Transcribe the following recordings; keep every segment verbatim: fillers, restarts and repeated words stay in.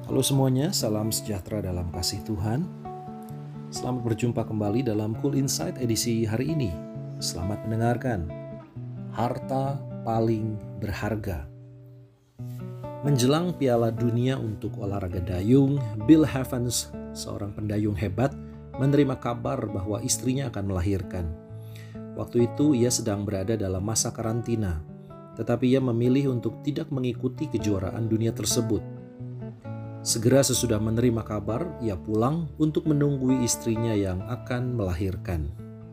Halo semuanya, salam sejahtera dalam kasih Tuhan. Selamat berjumpa kembali dalam Cool Insight edisi hari ini. Selamat mendengarkan. Harta paling berharga. Menjelang Piala Dunia untuk olahraga dayung, Bill Evans, seorang pendayung hebat, menerima kabar bahwa istrinya akan melahirkan. Waktu itu ia sedang berada dalam masa karantina, tetapi ia memilih untuk tidak mengikuti kejuaraan dunia tersebut. Segera sesudah menerima kabar, ia pulang untuk menunggui istrinya yang akan melahirkan.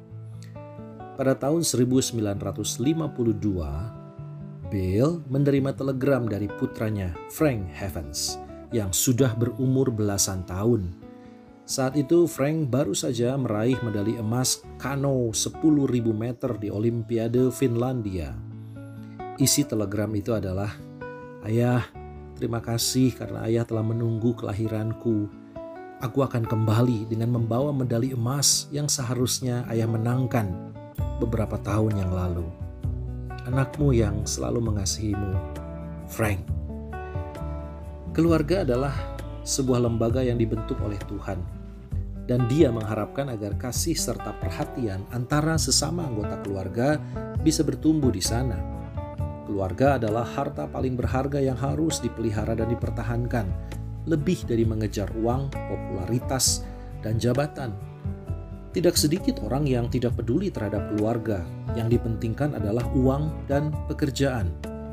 Pada tahun seribu sembilan ratus lima puluh dua, Bill menerima telegram dari putranya Frank Evans yang sudah berumur belasan tahun. Saat itu Frank baru saja meraih medali emas kano sepuluh ribu meter di Olimpiade Finlandia. Isi telegram itu adalah, "Ayah, terima kasih karena ayah telah menunggu kelahiranku. Aku akan kembali dengan membawa medali emas yang seharusnya ayah menangkan beberapa tahun yang lalu. Anakmu yang selalu mengasihimu, Frank." Keluarga adalah sebuah lembaga yang dibentuk oleh Tuhan, dan Dia mengharapkan agar kasih serta perhatian antara sesama anggota keluarga bisa bertumbuh di sana. Keluarga adalah harta paling berharga yang harus dipelihara dan dipertahankan, lebih dari mengejar uang, popularitas, dan jabatan. Tidak sedikit orang yang tidak peduli terhadap keluarga, yang dipentingkan adalah uang dan pekerjaan.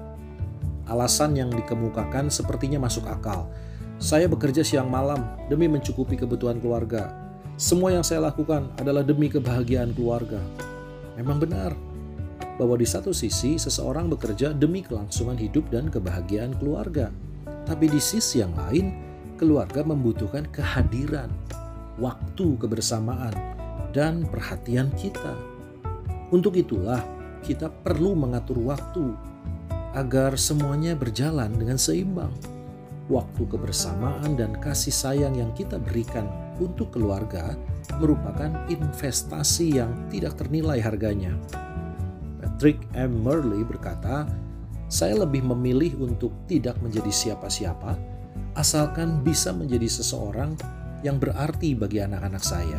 Alasan yang dikemukakan sepertinya masuk akal. Saya bekerja siang malam demi mencukupi kebutuhan keluarga. Semua yang saya lakukan adalah demi kebahagiaan keluarga. Memang benar bahwa di satu sisi seseorang bekerja demi kelangsungan hidup dan kebahagiaan keluarga. Tapi di sisi yang lain, keluarga membutuhkan kehadiran, waktu kebersamaan, dan perhatian kita. Untuk itulah kita perlu mengatur waktu agar semuanya berjalan dengan seimbang. Waktu kebersamaan dan kasih sayang yang kita berikan untuk keluarga merupakan investasi yang tidak ternilai harganya. Patrick M. Murley berkata, "Saya lebih memilih untuk tidak menjadi siapa-siapa, asalkan bisa menjadi seseorang yang berarti bagi anak-anak saya."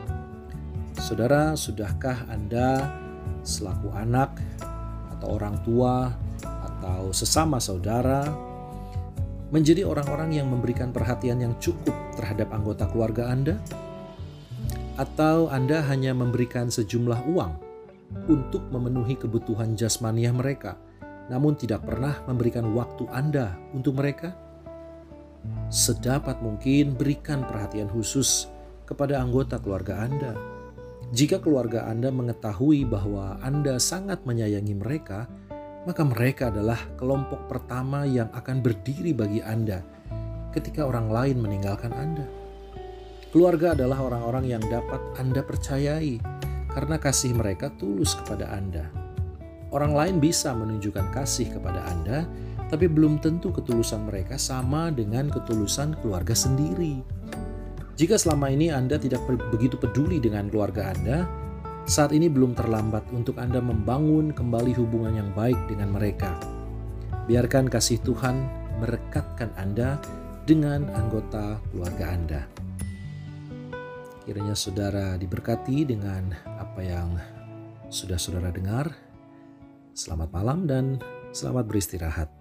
Saudara, sudahkah Anda selaku anak atau orang tua atau sesama saudara menjadi orang-orang yang memberikan perhatian yang cukup terhadap anggota keluarga Anda? Atau Anda hanya memberikan sejumlah uang untuk memenuhi kebutuhan jasmaniah mereka, namun tidak pernah memberikan waktu Anda untuk mereka? Sedapat mungkin berikan perhatian khusus kepada anggota keluarga Anda. Jika keluarga Anda mengetahui bahwa Anda sangat menyayangi mereka, maka mereka adalah kelompok pertama yang akan berdiri bagi Anda ketika orang lain meninggalkan Anda. Keluarga adalah orang-orang yang dapat Anda percayai karena kasih mereka tulus kepada Anda. Orang lain bisa menunjukkan kasih kepada Anda, tapi belum tentu ketulusan mereka sama dengan ketulusan keluarga sendiri. Jika selama ini Anda tidak begitu peduli dengan keluarga Anda, saat ini belum terlambat untuk Anda membangun kembali hubungan yang baik dengan mereka. Biarkan kasih Tuhan merekatkan Anda dengan anggota keluarga Anda. Kiranya saudara diberkati dengan apa yang sudah saudara dengar. Selamat malam dan selamat beristirahat.